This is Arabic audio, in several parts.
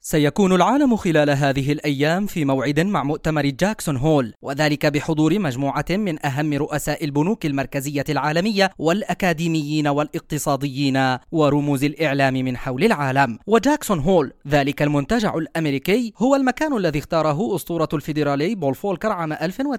سيكون العالم خلال هذه الأيام في موعد مع مؤتمر جاكسون هول، وذلك بحضور مجموعة من أهم رؤساء البنوك المركزية العالمية والأكاديميين والاقتصاديين ورموز الإعلام من حول العالم. وجاكسون هول ذلك المنتجع الأمريكي هو المكان الذي اختاره أسطورة الفيدرالي بول فولكر عام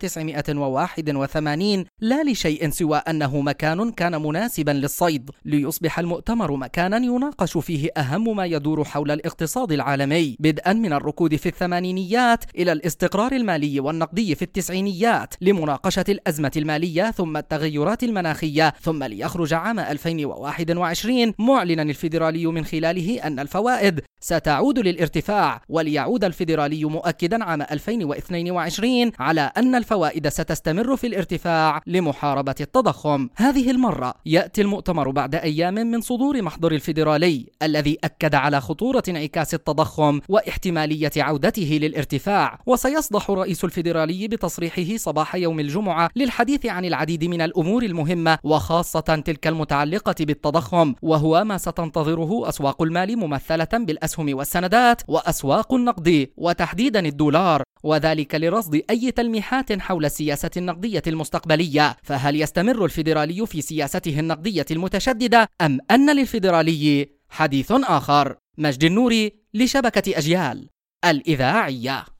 1981 لا لشيء سوى أنه مكان كان مناسبا للصيد، ليصبح المؤتمر مكانا يناقش فيه أهم ما يدور حول الاقتصاد العالمي، بدءا من الركود في الثمانينيات إلى الاستقرار المالي والنقدي في التسعينيات، لمناقشة الأزمة المالية ثم التغيرات المناخية، ثم ليخرج عام 2021 معلنا الفيدرالي من خلاله أن الفوائد ستعود للارتفاع، وليعود الفيدرالي مؤكدا عام 2022 على أن الفوائد ستستمر في الارتفاع لمحاربة التضخم. هذه المرة يأتي المؤتمر بعد أيام من صدور محضر الفيدرالي الذي أكد على خطورة انعكاس التضخم واحتمالية عودته للارتفاع. وسيصدح رئيس الفيدرالي بتصريحه صباح يوم الجمعة للحديث عن العديد من الأمور المهمة، وخاصة تلك المتعلقة بالتضخم، وهو ما ستنتظره أسواق المال ممثلة بالأسهم والسندات وأسواق النقد وتحديدا الدولار، وذلك لرصد أي تلميحات حول السياسة النقدية المستقبلية. فهل يستمر الفيدرالي في سياسته النقدية المتشددة أم أن للفيدرالي حديث آخر؟ مجد النوري لشبكة أجيال الإذاعية.